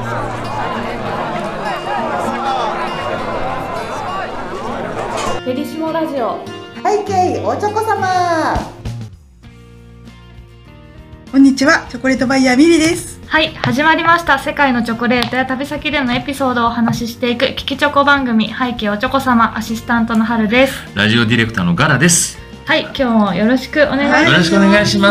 フェリシモラジオ背景おちょこ様。こんにちは、チョコレートバイヤーミリです。 はい、始まりました。世界のチョコレートや旅先でのエピソードをお話ししていく聞きチョコ番組、背景おちょこ様。アシスタントの春です。 ラジオディレクターのガラです。 はい、今日もよろしくお願いします。 よろしくお願いします。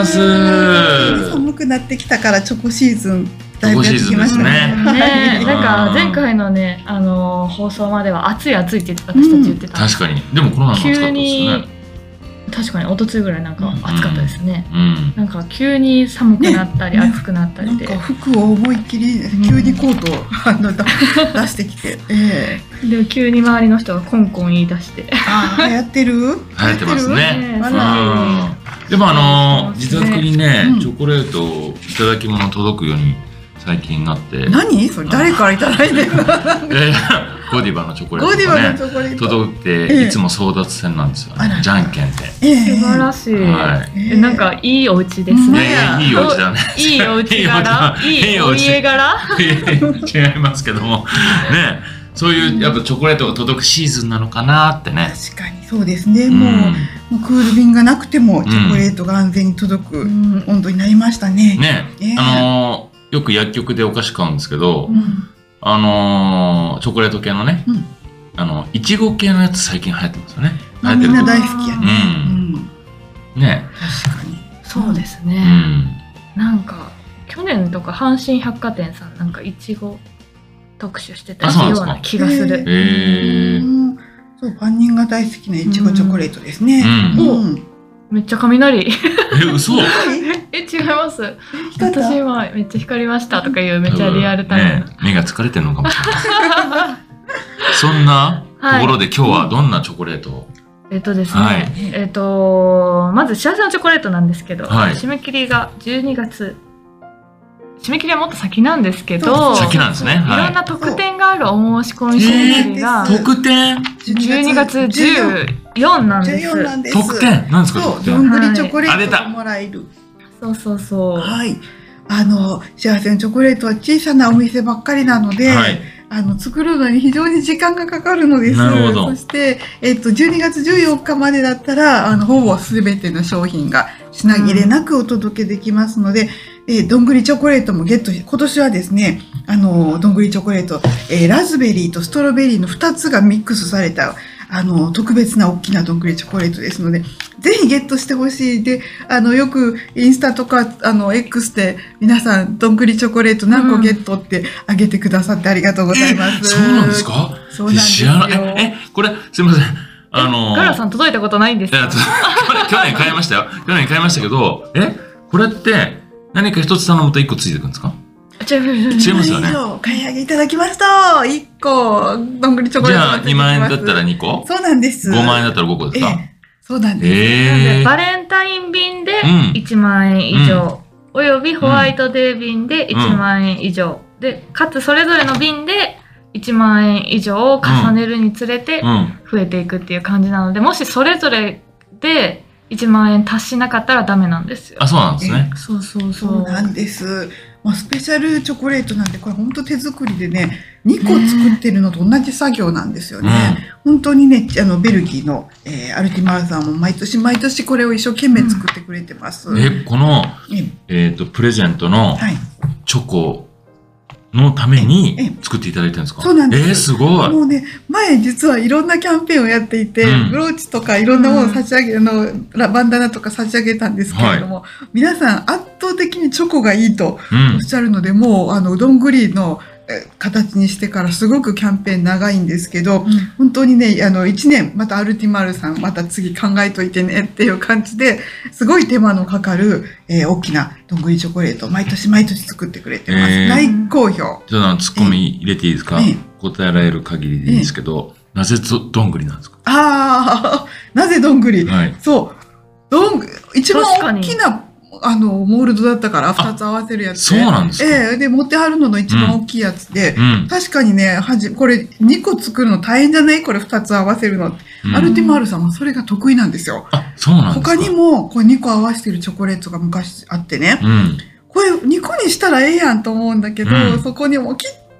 寒くなってきたからチョコシーズンだいぶやってきましたね。 なんか前回のね、放送までは暑い暑いって私たち言ってた。 確かに。でもこの夏暑かったですね。 確かに一昨日ぐらいなんか暑かったですね。 うん、 なんか急に寒くなったり暑くなったりで、 なんか服を思いっきり急にコートを出してきて、 でも急に周りの人がコンコン言い出して、 流行ってる？ 流行ってますね。でも自宅にね、チョコレートをいただき物届くように最近なって。 何それ、誰からいただいてるの？ ゴディバのチョコレートがね届いて、いつも争奪戦なんですよね。じゃんけんで。 素晴らしい。なんかいいお家ですね。 いいお家だね。 いいお家柄、いいお家柄。 違いますけどもね。そういうやっぱチョコレートが届くシーズンなのかなってね。 確かにそうですね。もうクール便がなくてもチョコレートが安全に届く温度になりましたね。 ね、よく薬局でお菓子買うんですけど、チョコレート系のね、いちご系のやつ最近流行ってますよね。 みんな大好きやね。 ね、 確かにそうですね。なんか去年とか阪神百貨店さんなんかいちご特集してたような気がする。 そう、万人が大好きないちごチョコレートですね。 めっちゃ雷。 嘘？ 違います。私はめっちゃ光りましたとかいうめっちゃリアルタイム。 目が疲れてるのかもしれない。そんなところで今日はどんなチョコレートを？ ですね。まず幸せのチョコレートなんですけど、締め切りが12月。締め切りはもっと先なんですけど、 先なんですね。 いろんな特典があるお申し込み締め切りが特典 12月14なんです。 特典なんですか？ どんぐりチョコレートがもらえる。 そう。 はい。幸せのチョコレートは小さなお店ばっかりなので、作るのに非常に時間がかかるのです。そして、12月14日までだったら、ほぼすべての商品が品切れなくお届けできますので、どんぐりチョコレートもゲットして、今年はですね、どんぐりチョコレート、ラズベリーとストロベリーの2つがミックスされた、特別な大きなどんぐりチョコレートですので、ぜひゲットしてほしい。で、よくインスタとか、X で皆さん、どんぐりチョコレート何個ゲットってあげてくださってありがとうございます。 そうなんですか？ そうなんですよ。 これ、すみません。 ガラさん届いたことないんですか？ 去年買いましたよ。去年買いましたけど、これって何か一つ頼むと一個ついてくるんですか？違いますよね。 買い上げいただきますと、1個、どんぐりチョコレート。 じゃあ、2万円だったら2個？ そうなんです。 5万円だったら5個ですか？ そうなんです。 バレンタイン便で1万円以上、およびホワイトデー便で1万円以上。で、かつそれぞれの便で1万円以上を重ねるにつれて増えていくっていう感じなので、もしそれぞれで1万円達しなかったらダメなんですよ。 そうなんですね。 そうなんです。スペシャルチョコレートなんてこれ本当手作りでね、2個作ってるのと同じ作業なんですよね。本当にね、ベルギーの、アルティマールさんも毎年これを一生懸命作ってくれてます。 この、プレゼントのチョコのために作っていただいてるんですか？ そうなんです。 すごい。 もうね、前実はいろんなキャンペーンをやっていて、ブローチとかいろんなものを差し上げ、バンダナとか差し上げたんですけれども、皆さん圧倒的にチョコがいいとおっしゃるので、もうどんぐりの形にしてからすごくキャンペーン長いんですけど、本当にね、1年、またアルティマールさん、また次考えといてねっていう感じで、すごい手間のかかる、大きなどんぐりチョコレートを毎年作ってくれてます。大好評。 ちょっとツッコミ入れていいですか？答えられる限りでいいですけど、なぜどんぐりなんですか？ なぜどんぐり？そう。一番大きなモールドだったから2つ合わせるやつで。 そうなんですか？ で、持ってはるのの一番大きいやつで、確かにね、これ2個作るの大変じゃない？これ2つ合わせるの。アルティマールさんはそれが得意なんですよ。 そうなんですか？ 他にも、これ2個合わせてるチョコレートが昔あってね、これ2個にしたらええやんと思うんだけど、そこにも切っ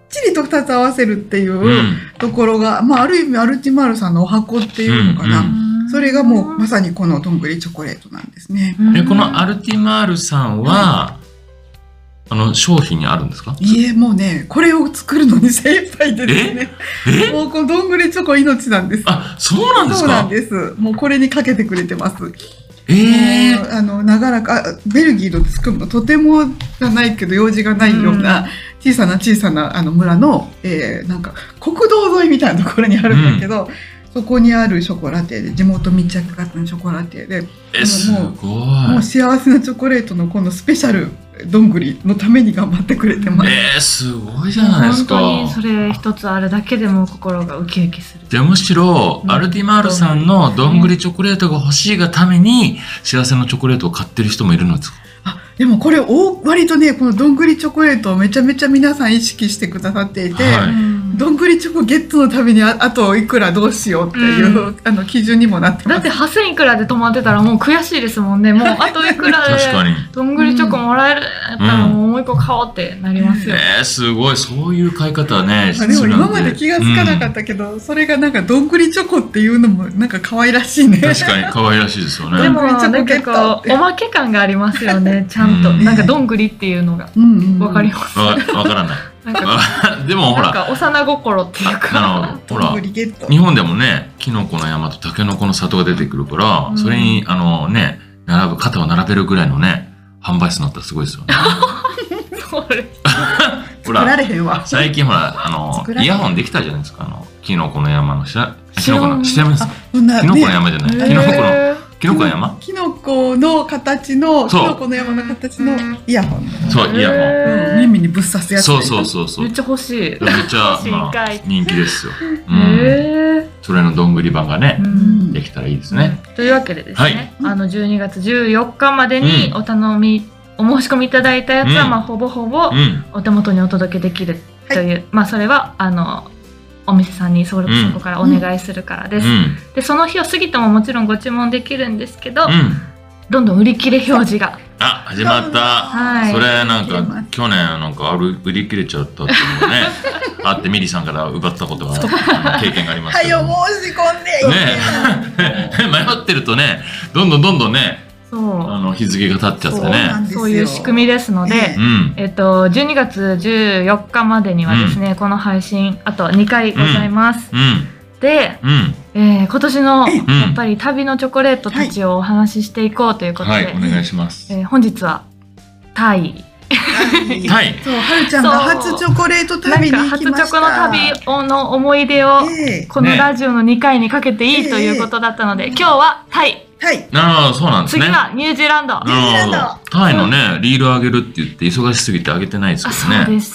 ちりと2つ合わせるっていうところが、まあ、ある意味アルティマールさんのお箱っていうのかな。それがもうまさにこのどんぐりチョコレートなんですね。 このアルティマールさんは、商品にあるんですか？ いえ、もうね、これを作るのに精一杯でですね。もうこのどんぐりチョコ命なんです。 あ、そうなんですか？ そうなんです。もうこれにかけてくれてます。長らか、ベルギーの作るのとてもがないけど用事がないような小さな村の、なんか国道沿いみたいなところにあるんだけど、そこにあるショコラティエで、地元密着型のショコラティエで、 すごい。 もう幸せなチョコレートのこのスペシャルどんぐりのために頑張ってくれてます。 すごいじゃないですか。 本当にそれ一つあるだけでも心がウキウキする。 でむしろアルティマールさんのどんぐりチョコレートが欲しいがために幸せのチョコレートを買ってる人もいるのですか？ でもこれ割とね、このどんぐりチョコレートをめちゃめちゃ皆さん意識してくださっていて、どんぐりチョコゲットのためにあといくらどうしようっていう、基準にもなってます。 だって8000いくらで止まってたらもう悔しいですもんね。もうあといくらでどんぐりチョコもらえるやったらもう一個買おうってなりますよ。 すごい、そういう買い方はね。 でも今まで気がつかなかったけど、それがなんかどんぐりチョコっていうのもなんか可愛らしいね。 確かに可愛らしいですよね。 でもなんかこうおまけ感がありますよね。ちゃんとなんかどんぐりっていうのがわかります。 わからない。でもほら、 なんか幼心っていうか、 ほら日本でもね、キノコの山とタケノコの里が出てくるから、それにね肩を並べるぐらいのね販売数になったらすごいですよね。ほら最近ほらイヤホンできたじゃないですか。キノコの山のキノコの山じゃない。キノコの山？ キノコの形の、キノコの山の形のイヤホン。 そう、イヤホン。耳にぶっ刺すやつ。 そう。 めっちゃ欲しい。 めっちゃ人気ですよ。それのどんぐり版がね、できたらいいですね。 というわけでですね、12月14日までにお申し込みいただいたやつは、ほぼほぼお手元にお届けできるという、それは、お店さんにそこからお願いするからです。でその日を過ぎてももちろんご注文できるんですけど、どんどん売り切れ表示が始まった。それなんか去年なんか売り切れちゃったっていうのがねあって、ミリさんから奪ったことが経験がありますけど。 はいよ、申し込んでね。迷ってるとね、どんどんね。日付が経っちゃってね。 そういう仕組みですので、12月14日までにはですね、この配信あと2回ございます。で、今年のやっぱり旅のチョコレートたちをお話ししていこうということで、 お願いします。 本日はタイ。 そう、はるちゃんが初チョコレート旅に行きました。 初チョコの旅の思い出をこのラジオの2回にかけていいということだったので、今日はタイ。 そうなんですね。 次はニュージーランド。 タイのね、リール上げるって言って忙しすぎて上げてないですけどね。 そうです。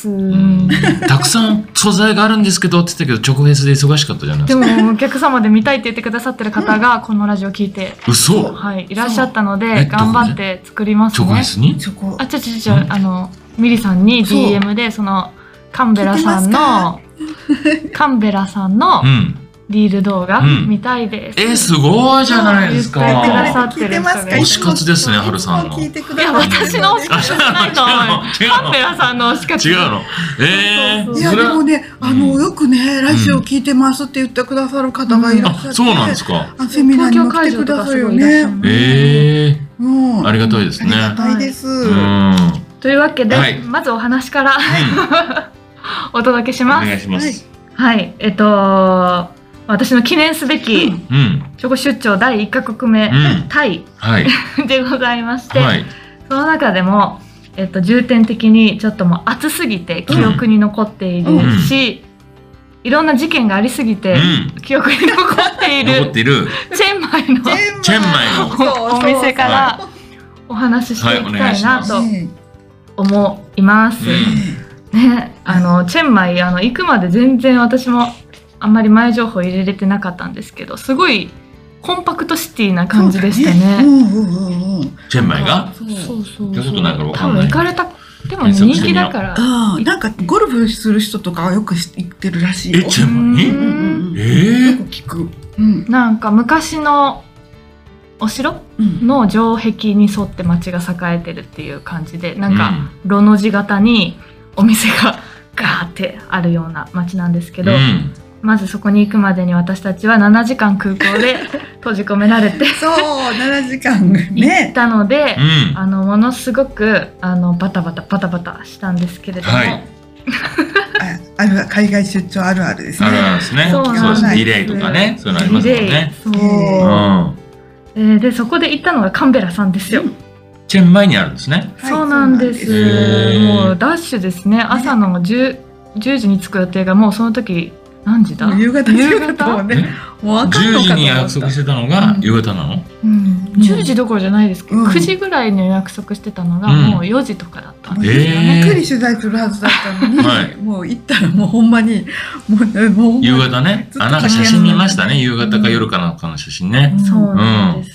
たくさん素材があるんですけどって言ったけど、チョコフェスで忙しかったじゃないですか。 でもお客様で見たいって言ってくださってる方がこのラジオ聞いて、いらっしゃったので頑張って作りますね。 チョコフェスに？ ミリさんに DM でそのカンベラさんのリール動画見たいです。 すごいじゃないですか。 推し活ですね、はるさんの。 いや、私の推し活じゃないと思う。カンベラさんの推し活。 違うの。 いやでもね、よくねラジオ聞いてますって言ってくださる方がいらっしゃって、 そうなんですか。 セミナーにも来てくださるよね。 ありがたいですね。 ありがたいです。 というわけで、まずお話からお届けします。 お願いします。 はい、私の記念すべきチョコ出張第1カ国目、タイでございまして、その中でも、重点的にちょっともう熱すぎて記憶に残っているし、いろんな事件がありすぎて記憶に残っているチェンマイのお店からお話ししていきたいなと思います。ね、チェンマイ行くまで全然私もあんまり前情報入れれてなかったんですけど、すごいコンパクトシティな感じでしたね。 チェンマイが？ そう。 行ったことないからわかんない。 多分行かれた、でも人気だから。 なんかゴルフする人とかはよく行ってるらしいよ。 チェンマイに？ よく聞く。 なんか昔のお城の城壁に沿って街が栄えてるっていう感じで、なんかロの字型にお店がガーってあるような街なんですけど、まずそこに行くまでに私たちは7時間空港で閉じ込められてそう7時間ね行ったので、ものすごくバタバタしたんですけれども、 海外出張あるあるですね。 あるあるですね。そうですね。ディレイとかね、そういうのありますもんね。 でそこで行ったのがカンベラさんですよ。 チェンマイにあるんですね。 そうなんです。もうダッシュですね。朝の10時に着く予定がもうその時何時だ？ 夕方もね。もう 10時に約束してたのが夕方なの ？10時どころじゃないですけど、9時ぐらいに約束してたのがもう4時とかだったんですよね。 ゆっくり取材するはずだったのに、もう行ったらもうほんまにもう夕方ね。なんか写真見ましたね。夕方か夜かなんかの写真ね。 そうなんです。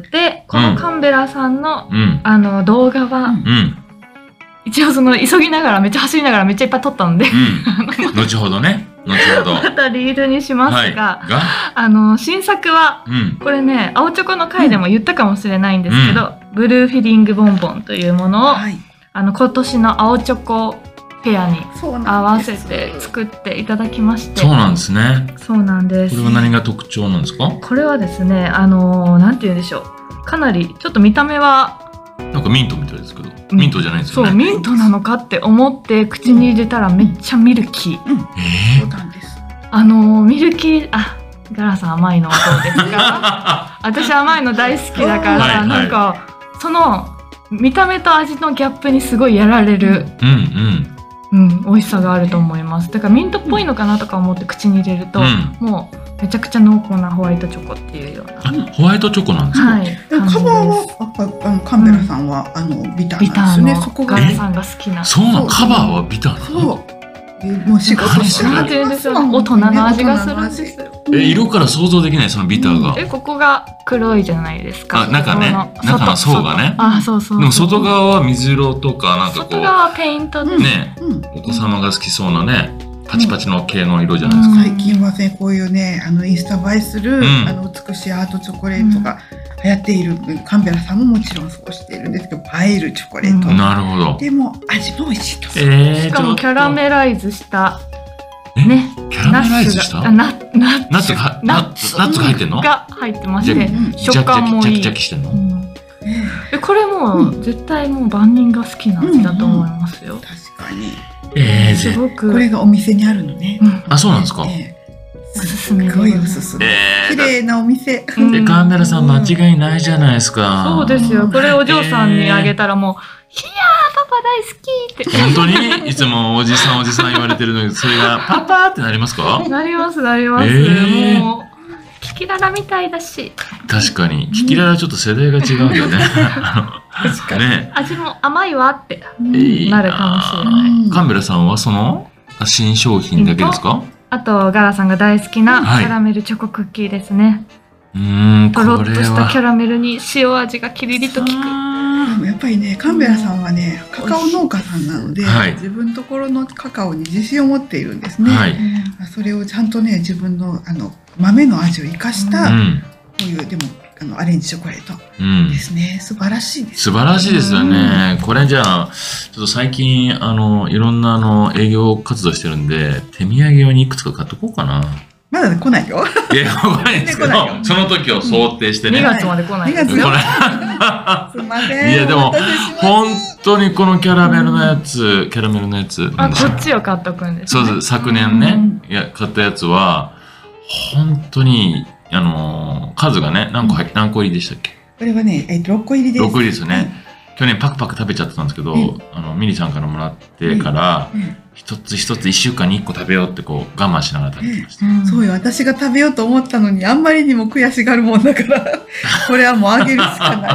で、このカンベラさんの動画は一応その急ぎながらめっちゃ走りながらめっちゃいっぱい撮ったので、 後ほどね。後ほど。 またリールにしますが、新作はこれね、青チョコの回でも言ったかもしれないんですけど、ブルーフィリングボンボンというものを今年の青チョコフェアに合わせて作っていただきまして。 そうなんですね。 そうなんです。 これは何が特徴なんですか？ これはですね、なんて言うんでしょう。かなりちょっと見た目はなんかミントみたいですけど、ミントじゃないですよね。 そう、ミントなのかって思って口に入れたらめっちゃミルキー。 そうなんです。 ミルキー、ガラさん甘いのどうですか？私甘いの大好きだから、なんかその見た目と味のギャップにすごいやられる。美味しさがあると思います。だからミントっぽいのかなとか思って口に入れると、もうめちゃくちゃ濃厚なホワイトチョコっていうような。 ホワイトチョコなんですか？ はい。 カバーはカンベラさんはビターなんですね。そこがガラさんが好きな。 そうなの。カバーはビターなの？ そう。もう仕事してなんて言うんですよ。大人の味がするんですよ。 色から想像できないそのビターが。 ここが黒いじゃないですか。 中ね。中の層がね。 そう。 でも外側は水色とかなんかこう。 外側はペイントでね。お子様が好きそうなね。パチパチの系の色じゃないですか。 最近はねこういうねインスタ映えする美しいアートチョコレートが流行っている。カンベラさんももちろんそうしているんですけど、映えるチョコレート。 なるほど。 でも味も美味しいと。 しかもキャラメライズしたね。 キャラメライズしたナッツが入ってんの？ が入ってまして、食感もいい。 ジャキしてんの？ これも絶対もう万人が好きな味だと思いますよ。 確かに。 すごくこれがお店にあるのね。 そうなんですか？ おすすめ。 すごいおすすめ。綺麗なお店。 カンベラさん間違いないじゃないですか。 そうですよ。これお嬢さんにあげたらもう、いやーパパ大好きって。 本当にいつもおじさん言われてるのに、それがパパってなりますか？ なります。もうキキララみたいだし。 確かにキキララちょっと世代が違うんだよね。 確かに。 味も甘いわってなるかもしれない。 カンベラさんはその新商品だけですか？ あとガラさんが大好きなキャラメルチョコクッキーですね。とろっとしたキャラメルに塩味がキリリと効く。 やっぱりねカンベラさんはねカカオ農家さんなので、自分のところのカカオに自信を持っているんですね。それをちゃんとね自分の豆の味を生かしたこういうでもアレンジチョコレートですね。素晴らしいです。 素晴らしいですよね。これじゃあちょっと最近いろんな営業活動してるんで手土産用にいくつか買っとこうかな。 まだ来ないよ。 いや来ないんですけど、その時を想定してね。 2月まで来ない。 2月よ。すいません。 いやでも本当にこのキャラメルのやつ、こっちを買っとくんです。 そうです。昨年ね買ったやつは本当に数がね何個入りでしたっけ？ これはね6個入りです。 6個入りですよね。去年パクパク食べちゃってたんですけど、ミリさんからもらってから一つ一つ1週間に1個食べようってこう我慢しながら食べてました。 そうよ、私が食べようと思ったのにあんまりにも悔しがるもんだからこれはもうあげるしかない。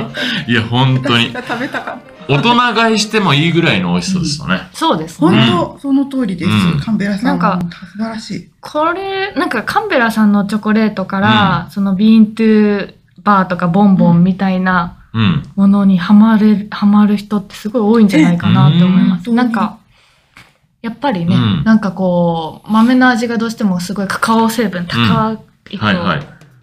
いや本当に食べたかった。 大人買いしてもいいぐらいの美味しさですよね。 そうですね。 本当その通りです。カンベラさんは素晴らしい。 これなんかカンベラさんのチョコレートからそのビーントゥーバーとかボンボンみたいなものにハマる人ってすごい多いんじゃないかなって思います。なんかやっぱりね、なんかこう豆の味がどうしてもすごいカカオ成分高いと、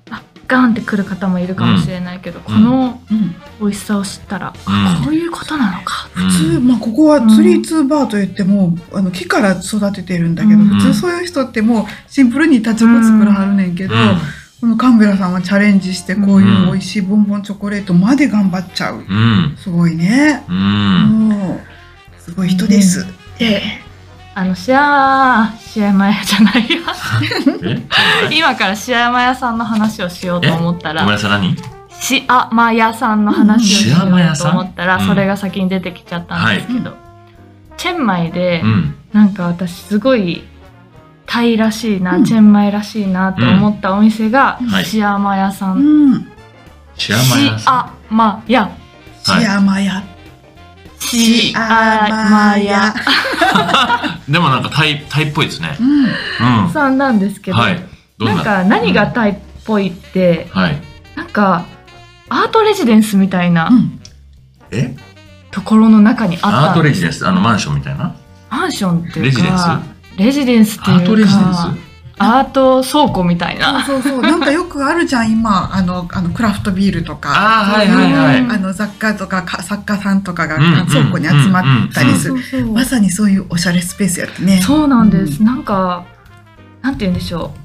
ガンってくる方もいるかもしれないけど、この美味しさを知ったら、こういうことなのか。 普通、ここはツリーツーバーといっても木から育ててるんだけど、普通そういう人ってもうシンプルに立ち粉作らはるねんけど、このカンベラさんはチャレンジしてこういう美味しいボンボンチョコレートまで頑張っちゃう。すごいね。すごい人です。 で、シアマ屋じゃないや。今からシアマ屋さんの話をしようと思ったら、 ごめんなさい、何？ シアマ屋さんの話をしようと思ったら、それが先に出てきちゃったんですけど、チェンマイでなんか私すごいタイらしいな、チェンマイらしいなと思ったお店がシアマ屋さん。 シアマ屋さん。 シアマ屋。 シアマ屋。 でもなんかタイっぽいですね。 さんなんですけど、なんか何がタイっぽいって、なんかアートレジデンスみたいなところの中にあったんです。 アートレジデンス、マンションみたいな。 マンションっていうかレジデンスっていうか、アートレジデンス。アート倉庫みたいな。 なんかよくあるじゃん今クラフトビールとか、雑貨とか作家さんとかが倉庫に集まったりする。まさにそういうおしゃれスペースやってね。 そうなんです。なんかなんて言うんでしょ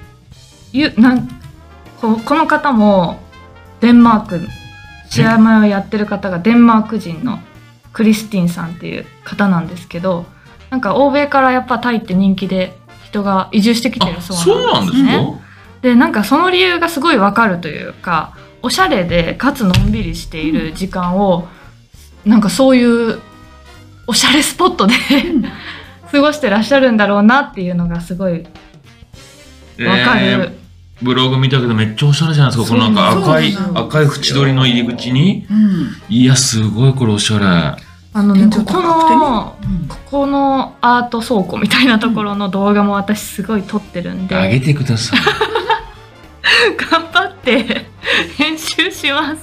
う。この方もデンマークシアマをやってる方がデンマーク人のクリスティンさんっていう方なんですけど、なんか欧米からやっぱタイって人気で。人が移住してきてるそうなんですね。で、なんかその理由がすごいわかるというか、おしゃれでかつのんびりしている時間を、なんかそういうおしゃれスポットで過ごしてらっしゃるんだろうなっていうのがすごいわかる。 ブログ見たけどめっちゃおしゃれじゃないですか。このなんか赤い縁取りの入り口に、いやすごいこれおしゃれ。 ここのアート倉庫みたいなところの動画も私すごい撮ってるんで、 あげてください。 頑張って編集します。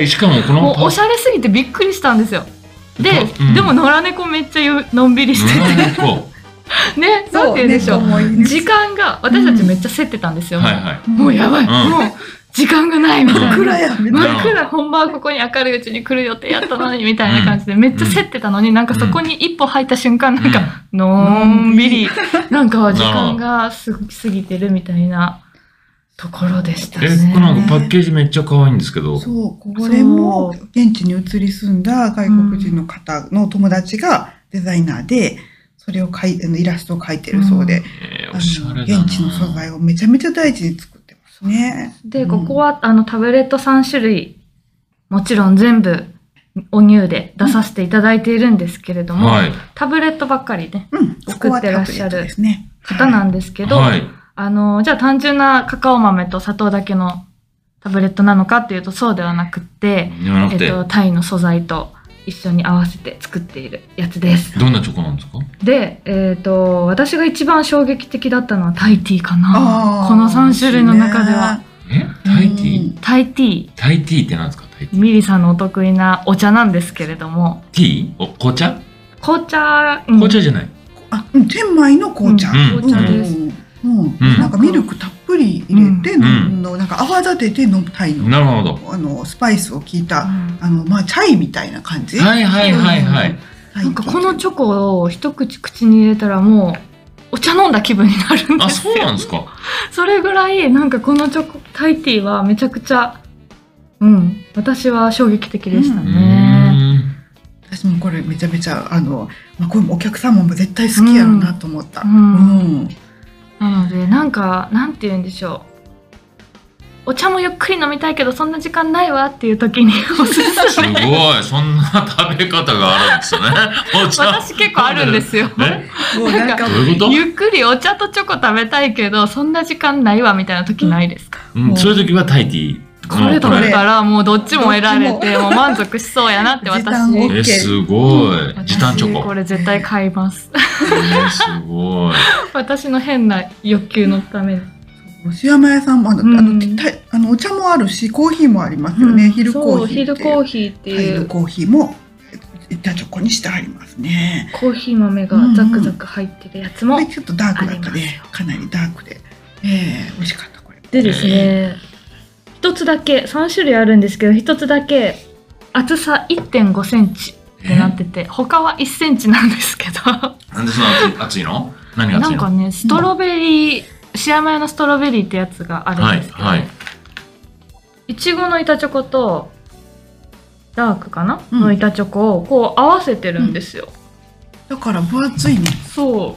しかもこのもうおしゃれすぎてびっくりしたんですよ。で、でも野良猫めっちゃのんびりしててね、なんて言うんでしょう、時間が私たちめっちゃ競ってたんですよ。もうやばい、もう時間がないみたいな。真っ暗や。真っ暗。本番はここに明るいうちに来る予定やったのにみたいな感じでめっちゃ競ってたのに、なんかそこに一歩入った瞬間なんかのんびりなんか時間が過ぎてるみたいなところでしたね。 なんかパッケージめっちゃ可愛いんですけど。 そう、これも現地に移り住んだ外国人の方の友達がデザイナーで、それをイラストを描いてるそうで、現地の素材をめちゃめちゃ大事に作ってますね。 で、ここはタブレット3種類、もちろん全部おニューで出させていただいているんですけれども、タブレットばっかりね、作ってらっしゃる方なんですけど、じゃあ単純なカカオ豆と砂糖だけのタブレットなのかっていうとそうではなくってタイの素材と一緒に合わせて作っているやつです。 どんなチョコなんですか？ で、私が一番衝撃的だったのはタイティーかな。この3種類の中では。 タイティー？ タイティー。 タイティーって何ですか？タイティー。 ミリさんのお得意なお茶なんですけれども。 ティー？紅茶？ 紅茶。 紅茶じゃない。 チェンマイの紅茶。 紅茶です。 なんかミルクたっぷり入れてなんか泡立てて飲むタイのなるほどスパイスを効いたチャイみたいな感じ。 はいはいはいはい。 なんかこのチョコを一口口に入れたらもうお茶飲んだ気分になるんですよ。 あ、そうなんですか。 それぐらいなんかこのチョコタイティーはめちゃくちゃ私は衝撃的でしたね。 私もこれめちゃめちゃこれお客様も絶対好きやろうなと思った。 なのでなんかなんて言うんでしょう、お茶もゆっくり飲みたいけどそんな時間ないわっていう時におすすめ。 すごい、そんな食べ方があるんですね。 私結構あるんですよ。なんかゆっくりお茶とチョコ食べたいけどそんな時間ないわみたいな時ないですか？ そういう時はタイティー。 これ食べたらもうどっちも得られてもう満足しそうやなって私。 すごい。時短チョコ。 これ絶対買います。 すごい。 私の変な欲求のために。 牛山屋さんもお茶もあるしコーヒーもありますよね。ヒルコーヒー。 ヒルコーヒーっていう。 ヒルコーヒーも板チョコにしてありますね。 コーヒー豆がザクザク入ってるやつも。 ちょっとダークだったね。かなりダークで、美味しかったこれ。 でですね。 一つだけ3種類あるんですけど、一つだけ厚さ 1.5 センチってなってて、他は1センチなんですけど。 なんでそんな厚いの？何が厚いの？ なんかね、ストロベリー、シアマヤのストロベリーってやつがあるんですけど、いちごの板チョコとダークかな、の板チョコをこう合わせてるんですよ。 だから分厚いね。 そう。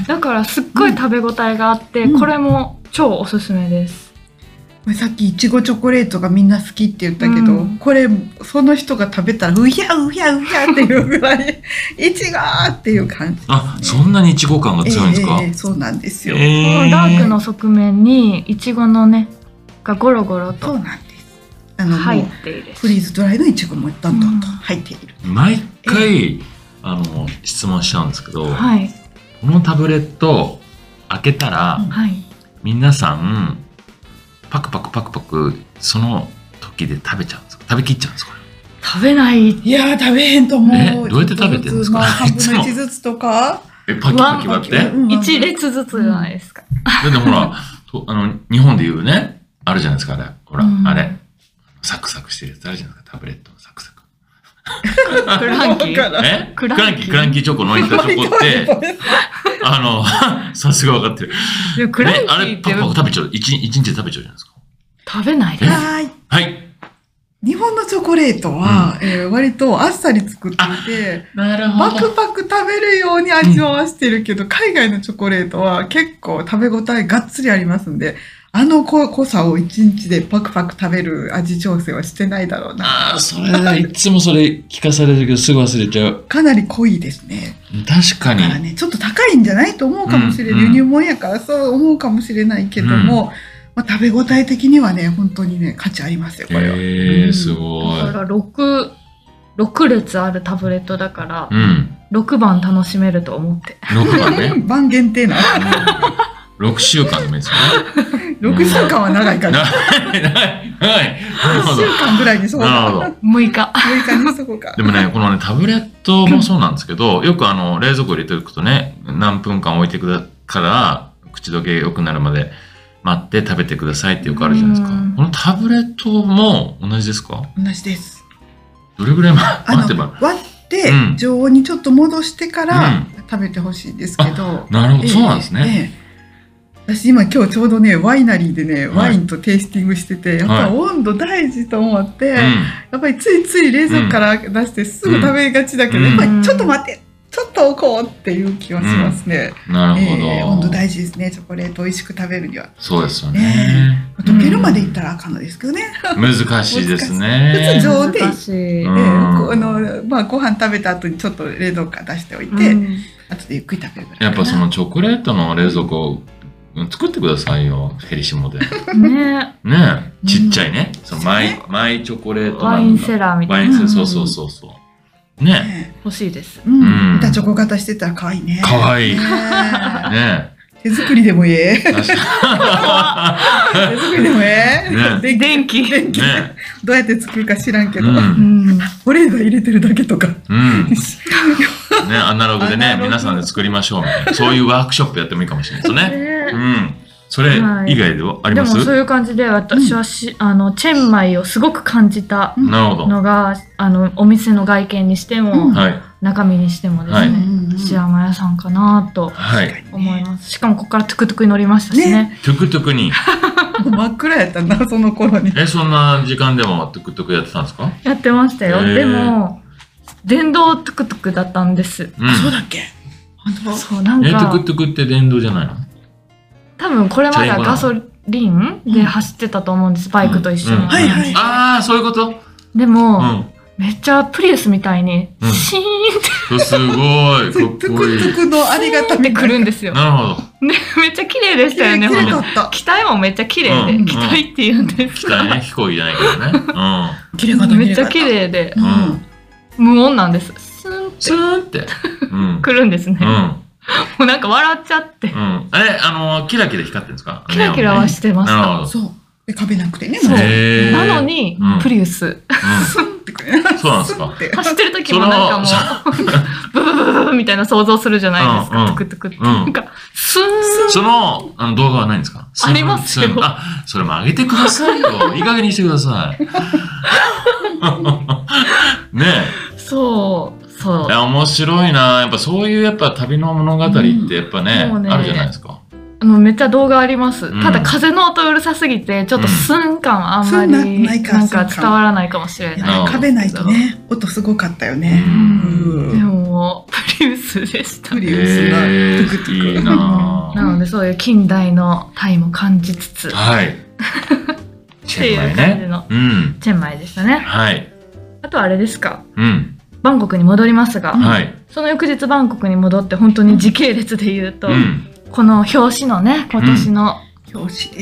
だからすっごい食べ応えがあって、これも超おすすめです。 さっきいちごチョコレートがみんな好きって言ったけど、これその人が食べたらうひゃうひゃうひゃっていうぐらいいちごっていう感じですね。 あ、そんなにいちご感が強いんですか？ そうなんですよ。 ダークの側面にいちごのねがゴロゴロと入っている。 フリーズドライのいちごもどんどんと入っている。 毎回質問しちゃうんですけど、 はい、 このタブレット開けたら、皆さんパクパクパクパクその時で食べちゃうんですか？食べきっちゃうんですか？ 食べない。 いや食べへんと思う。 どうやって食べてるんですか ？3分の1ずつとか。 パキパキ割って？ 1列ずつじゃないですか。 だってほら日本でいうねあるじゃないですか、あれ。ほら、あれサクサクしてるやつあるじゃないですか、タブレットのサクサク。 クランキー？ クランキーチョコの板チョコってさすが分かってる。あれパクパク食べちゃう。一日で食べちゃうじゃないですか。 食べないです。 はい。 日本のチョコレートは割とあっさり作っていて、パクパク食べるように味を合わせてるけど、海外のチョコレートは結構食べ応えがっつりありますんで、濃さを一日でパクパク食べる味調整はしてないだろうな。 それだ、いつもそれ聞かされるけどすぐ忘れちゃう。 かなり濃いですね。 確かに。 だからね、ちょっと高いんじゃないと思うかもしれない。輸入物やからそう思うかもしれないけども、食べ応え的にはね、本当にね、価値ありますよ、これは。 すごい。 だから6列あるタブレットだから、6番楽しめると思って。 6番ね。 番限定な。 6週間でもいいですよね。 6週間は長いから。 はい。 1週間ぐらいにそうだ。 なるほど。 6日。 6日にそこか。 でもね、このね、タブレットもそうなんですけど、よく冷蔵庫入れておくとね、何分間置いてから口どけ良くなるまで待って食べてくださいってよくあるじゃないですか。このタブレットも同じですか？ 同じです。 どれぐらい待てば？ 割って常温にちょっと戻してから食べてほしいんですけど。 なるほど、そうなんですね。 私今ちょうどねワイナリーでねワインとテイスティングしてて、やっぱり温度大事と思って、やっぱりついつい冷蔵庫から出してすぐ食べがちだけど、やっぱりちょっと待ってちょっと置こうっていう気がしますね。 なるほど。 温度大事ですね。チョコレート美味しく食べるには。 そうですよね。 溶けるまでいったらあかんのですけどね。 難しいですね。 普通常温でご飯食べた後にちょっと冷蔵庫から出しておいて、後でゆっくり食べるぐらい。 やっぱそのチョコレートの冷蔵庫作ってくださいよ、ヘリシモで。 ねちっちゃいね。マイチョコレートワインセラーみたいな。 そうね。 欲しいです。 板チョコ型してたら可愛いね。 可愛い。ね。 手作りでもいい。手作りでもいい。 電気。 どうやって作るか知らんけど、保冷剤入れてるだけとか。 アナログでね、皆さんで作りましょうみたいな、そういうワークショップやってもいいかもしれないですね。それ以外ではあります？ でもそういう感じで私はチェンマイをすごく感じたのがお店の外見にしても中身にしてもですね、シアマヤさんかなと思います。しかもここからトゥクトゥクに乗りましたしね。 トゥクトゥクに真っ暗やったんだ、その頃に。 そんな時間でもトゥクトゥクやってたんですか？ やってましたよ。でも電動トゥクトゥクだったんです。 そうだっけ？ そう、なんかトゥクトゥクって電動じゃないの？ 多分これまではガソリンで走ってたと思うんです、バイクと一緒に。 ああ、そういうこと？ でも、めっちゃプリウスみたいにシーンってすごいかっこいい。 トゥクトゥクのありがたみ来るんですよ。 なるほど。 めっちゃ綺麗でしたよね。 綺麗だった。 機体もめっちゃ綺麗で、機体って言うんですか。機体ね、飛行機じゃないけどね。 綺麗かった。 めっちゃ綺麗で、無音なんです。 スーンって来るんですね。もうなんか笑っちゃって。 あれ、キラキラ光ってるんですか？ キラキラはしてました。 そう。 食べなくてね。 そうへーなのに、プリウスそうなんですか。 走ってる時もなんかもうブブブブブみたいな想像するじゃないですか。トゥクトゥクってなんかスーン。 その動画はないんですか？ ありますよ。 あ、それも上げてくださいよ。いい加減にしてください。ねえ。 そうそう。 いや面白いな。やっぱそういうやっぱ旅の物語ってやっぱね、あるじゃないですか。 めっちゃ動画あります。ただ風の音うるさすぎてちょっとスン感はあんまりなんか伝わらないかもしれない。 壁ないとね、音すごかったよね。 でもプリウスでした。 プリウスがトゥクトゥク。 いいな。 なのでそういう近代のタイも感じつつ、 はい。 っていう感じのチェンマイでしたね。 はい。 あとはあれですか。バンコクに戻りますが、その翌日バンコクに戻って本当に時系列で言うと。この表紙のね、今年の表紙です。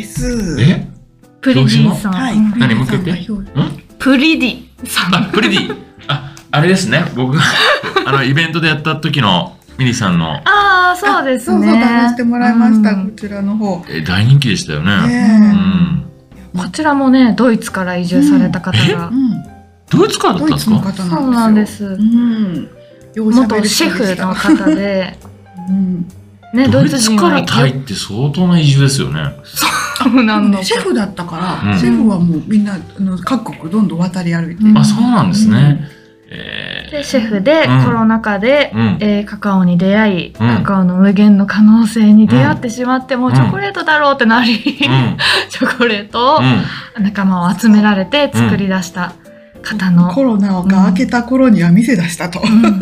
プリディさん。 何向けて？ プリディさん。 プリディ。あれですね。僕がイベントでやった時のミリさんの。 ああ、そうですね。 そう出させてもらいました。こちらの方。 大人気でしたよね。 こちらもね、ドイツから移住された方が。 ドイツからだったんですか？ そうなんです。元シェフの方で。 ね、ドイツからタイって相当な移住ですよね。 そうなんだ。 シェフだったから、シェフはもうみんな各国どんどん渡り歩いて。 あ、そうなんですね。 でシェフでコロナ禍でカカオに出会い、カカオの無限の可能性に出会ってしまって、もうチョコレートだろうってなり、チョコレートを仲間を集められて作り出した方の。 コロナが明けた頃には店出したと。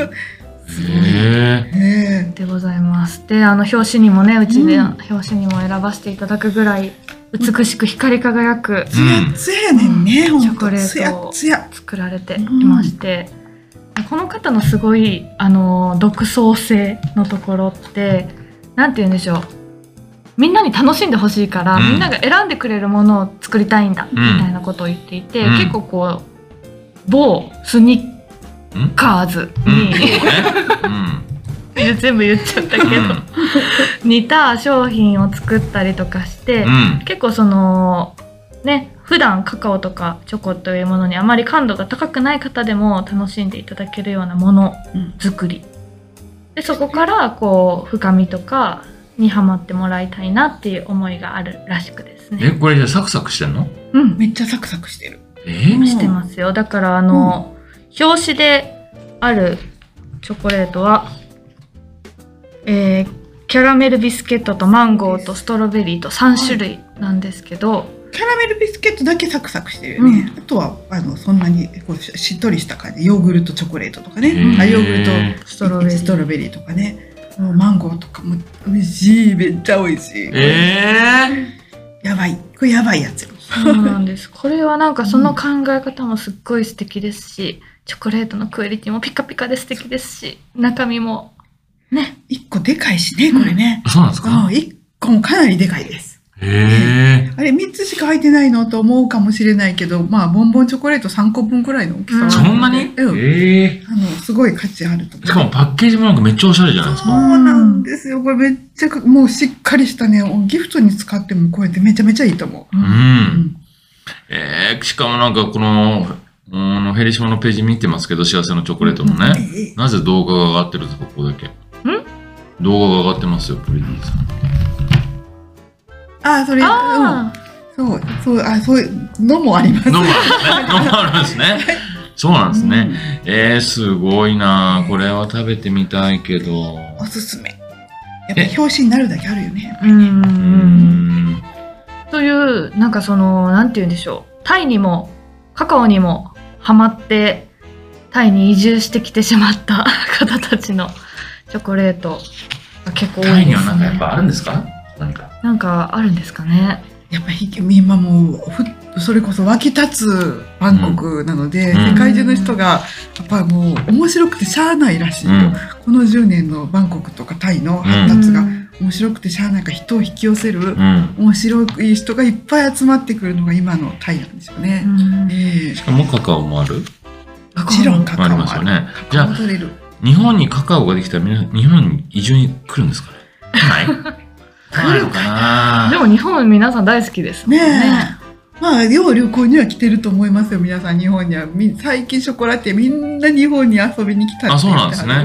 でございます。で、表紙にもね、うちで表紙にも選ばせていただくぐらい美しく光り輝くツヤツヤねんね、 チョコレートを作られていまして、この方のすごい独創性のところって、なんて言うんでしょう。みんなに楽しんでほしいから、みんなが選んでくれるものを作りたいんだみたいなことを言っていて、結構こう某スニッカーズに全部言っちゃったけど似た商品を作ったりとかして、結構そのね、普段カカオとかチョコというものにあまり感度が高くない方でも楽しんでいただけるようなもの作りで、そこからこう深みとかにハマってもらいたいなっていう思いがあるらしくですね。 これじゃサクサクしてんの？ めっちゃサクサクしてる。 してますよ。だから表紙であるチョコレートは、キャラメルビスケットとマンゴーとストロベリーと3種類なんですけど、 キャラメルビスケットだけサクサクしてるよね。あとはそんなにこうしっとりした感じ。ヨーグルトチョコレートとかね、ヨーグルトストロベリーとかね、マンゴーとかも美味しい。めっちゃ美味しい。やばい。これやばいやつよ。 そうなんです。これはなんかその考え方もすっごい素敵ですし、チョコレートのクオリティもピカピカで素敵ですし、中身もね。 1個でかいしね、これね。 そうなんですか ？1個もかなりでかいです。あれ3つしか入ってないのと思うかもしれないけど、まあボンボンチョコレート3個分くらいの大きさ。 そんなに？ すごい価値あると思う。 しかもパッケージもなんかめっちゃおしゃれじゃないですか。 そうなんですよ。これめっちゃもうしっかりしたね、ギフトに使ってもこうやってめちゃめちゃいいと思う。 しかもなんかこのヘリシモのページ見てますけど、幸せのチョコレートのね、なぜ動画が上がってるんですか？ここだけ動画が上がってますよ、プリディさん。 それそういうのもあります。 のもあるんですね。そうなんですね。すごいな。これは食べてみたいけど。 おすすめ。やっぱり表紙になるだけあるよね。 というなんかそのなんて言うんでしょう。タイにもカカオにもハマってタイに移住してきてしまった方たちのチョコレートが結構多いですね。タイにはなんかやっぱあるんですか？なんかあるんですかね。 やっぱり今もうそれこそ湧き立つバンコクなので、世界中の人がやっぱりもう面白くてしゃあないらしいよ。この10年のバンコクとかタイの発達が面白くてしゃあないから人を引き寄せる面白い人がいっぱい集まってくるのが今のタイなんですよね。 しかもカカオもある？ もちろんカカオもありますよね。じゃあ日本にカカオができたら日本に移住に来るんですかね？来ない？来るかな。 でも日本皆さん大好きですもんね。 まあ要旅行には来てると思いますよ、皆さん。日本には最近ショコラティエみんな日本に遊びに来たって。 あ、そうなんですね。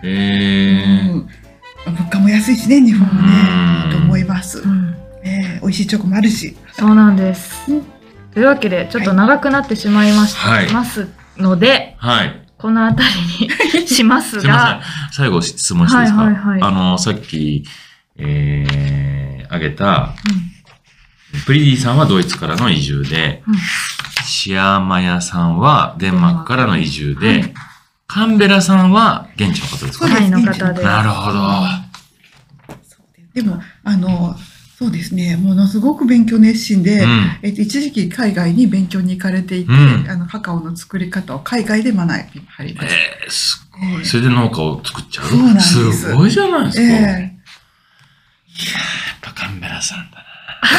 物価も安いしね、日本もね、いいと思います。美味しいチョコもあるし。 そうなんです。というわけでちょっと長くなってしまいますので、この辺りにしますが、すみません、最後質問していいですか。さっき挙げたプリディさんはドイツからの移住で、シアマヤさんはデンマークからの移住で、カンベラさんは現地の方ですか？ タイの方で。 なるほど。 でもそうですね、ものすごく勉強熱心で、一時期海外に勉強に行かれていて、カカオの作り方を海外で学びはりました。 すごい。それで農家を作っちゃう。 そうなんです。 すごいじゃないですか。いや、やっぱカンベラさんだな。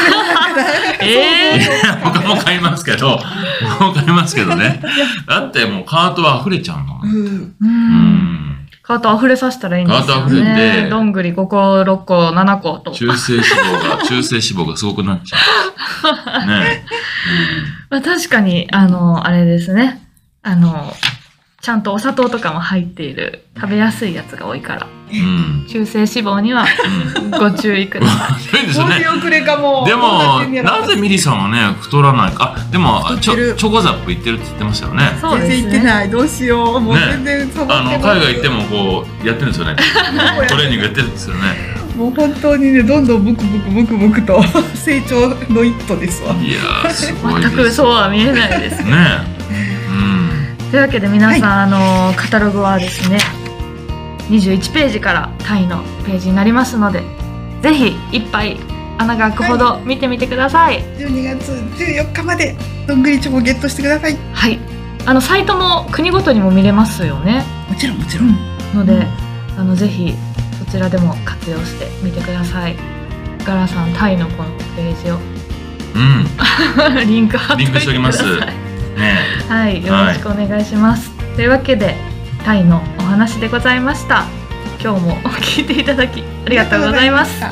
他も買いますけどね。だってもうカートは溢れちゃうの。 カート溢れさせたらいいんですよね。カート溢れて、どんぐり5個、6個、7個と。 中性脂肪がすごくなっちゃう。ね。 まあ確かに、あれですね。ちゃんとお砂糖とかも入っている食べやすいやつが多いから、中性脂肪にはご注意ください。 そうですよね。 でもなぜミリさんはね太らないか。でもチョコザップ行ってるって言ってましたよね。 全然行ってない。どうしよう。もう全然海外行ってもこうやってるんですよね。トレーニングやってるんですよね。 もう本当にね、どんどんブクブクと成長の一途ですわ。 いやすごいです。 全くそうは見えないですね。というわけで皆さん、カタログはですね、21ページからタイのページになりますので、ぜひいっぱい穴が開くほど見てみてください。 12月14日までどんぐりチョコゲットしてください。 はい。サイトも国ごとにも見れますよね。 もちろん。 ので、ぜひそちらでも活用してみてください。ガラさん、タイのこのページを、リンク貼っておいてください。リンクしておきます。はい、よろしくお願いします。というわけで、タイのお話でございました。今日も聞いていただきありがとうございます。はい、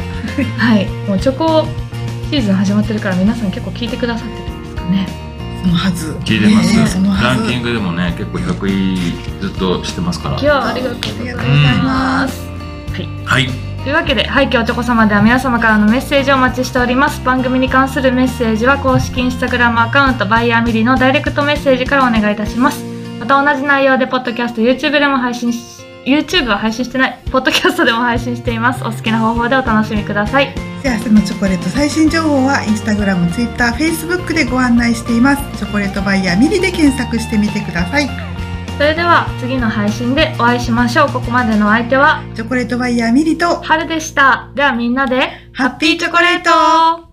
もうチョコシーズン始まってるから皆さん結構聞いてくださってるんですかね。 そのはず。 聞いてます。ランキングでもね、結構100位ずっとしてますから。 今日はありがとうございます。 はい。 というわけで、はい、今日チョコ様では皆様からのメッセージをお待ちしております。番組に関するメッセージは公式インスタグラムアカウントバイヤーミリのダイレクトメッセージからお願いいたします。また同じ内容でポッドキャスト、YouTube でもYouTube は配信してない、ポッドキャストでも配信しています。お好きな方法でお楽しみください。 幸せのチョコレート最新情報はインスタグラム、ツイッター、フェイスブックでご案内しています。チョコレートバイヤーミリで検索してみてください。 それでは次の配信でお会いしましょう。ここまでのお相手はチョコレートバイヤーミリと春でした。ではみんなでハッピーチョコレート。